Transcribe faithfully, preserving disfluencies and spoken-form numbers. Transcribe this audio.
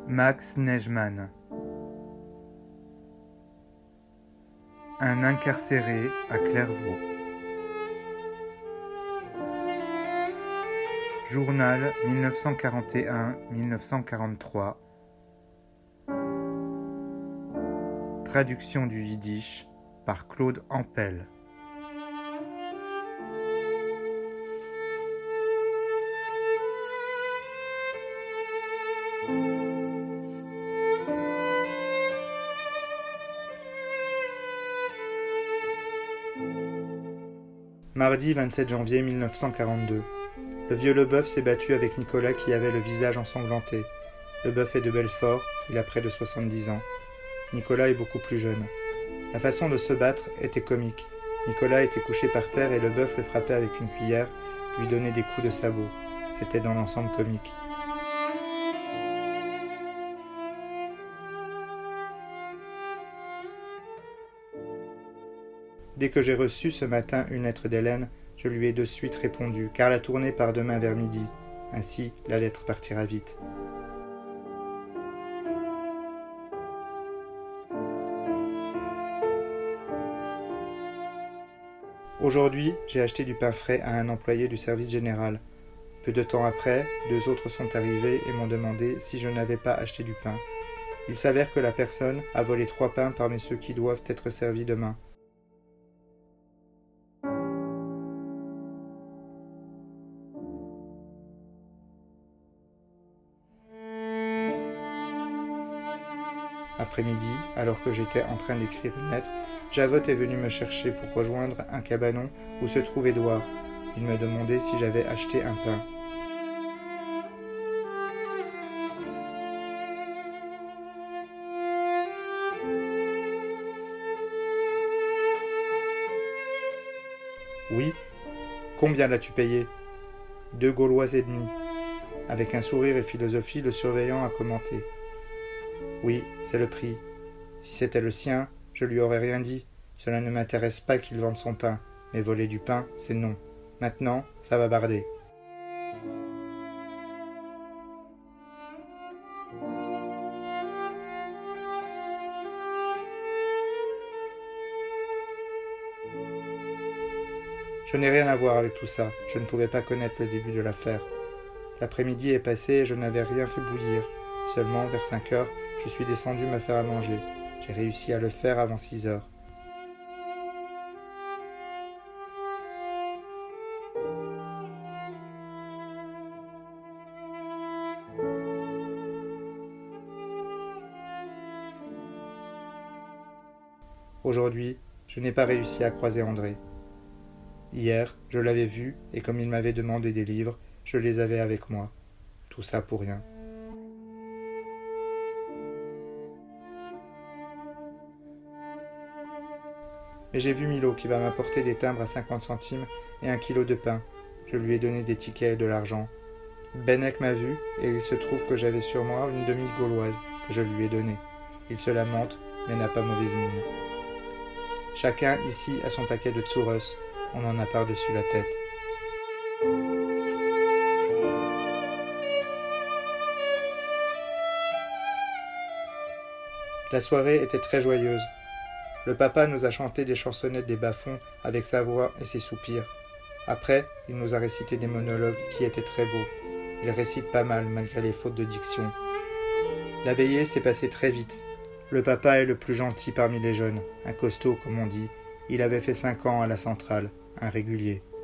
Max Neigemann. Un incarcéré à Clairvaux. Journal mille neuf cent quarante et un à mille neuf cent quarante-trois. Traduction du yiddish par Claude Ampel. Mardi vingt-sept janvier mille neuf cent quarante-deux. Le vieux Leboeuf s'est battu avec Nicolas qui avait le visage ensanglanté. Leboeuf est de Belfort, il a près de soixante-dix ans. Nicolas est beaucoup plus jeune. La façon de se battre était comique. Nicolas était couché par terre et Leboeuf le frappait avec une cuillère, lui donnait des coups de sabot. C'était dans l'ensemble comique. Dès que j'ai reçu ce matin une lettre d'Hélène, je lui ai de suite répondu, car la tournée part demain vers midi. Ainsi, la lettre partira vite. Aujourd'hui, j'ai acheté du pain frais à un employé du service général. Peu de temps après, deux autres sont arrivés et m'ont demandé si je n'avais pas acheté du pain. Il s'avère que la personne a volé trois pains parmi ceux qui doivent être servis demain. Après-midi, alors que j'étais en train d'écrire une lettre, Javotte est venu me chercher pour rejoindre un cabanon où se trouve Édouard. Il me demandait si j'avais acheté un pain. Oui. Combien l'as-tu payé? Deux Gaulois et demi. Avec un sourire et philosophie, le surveillant a commenté. Oui, c'est le prix. Si c'était le sien, je lui aurais rien dit. Cela ne m'intéresse pas qu'il vende son pain, mais voler du pain, c'est non. Maintenant, ça va barder. Je n'ai rien à voir avec tout ça. Je ne pouvais pas connaître le début de l'affaire. L'après-midi est passé et je n'avais rien fait bouillir. Seulement, vers cinq heures, je suis descendu me faire à manger. J'ai réussi à le faire avant six heures. Aujourd'hui, je n'ai pas réussi à croiser André. Hier, je l'avais vu et comme il m'avait demandé des livres, je les avais avec moi. Tout ça pour rien. Mais j'ai vu Milo qui va m'apporter des timbres à cinquante centimes et un kilo de pain. Je lui ai donné des tickets et de l'argent. Benek m'a vu et il se trouve que j'avais sur moi une demi-gauloise que je lui ai donnée. Il se lamente, mais n'a pas mauvaise mine. Chacun ici a son paquet de tsuros. On en a par-dessus la tête. La soirée était très joyeuse. Le papa nous a chanté des chansonnettes des bas-fonds avec sa voix et ses soupirs. Après, il nous a récité des monologues qui étaient très beaux. Il récite pas mal malgré les fautes de diction. La veillée s'est passée très vite. Le papa est le plus gentil parmi les jeunes, un costaud comme on dit. Il avait fait cinq ans à la centrale, un régulier.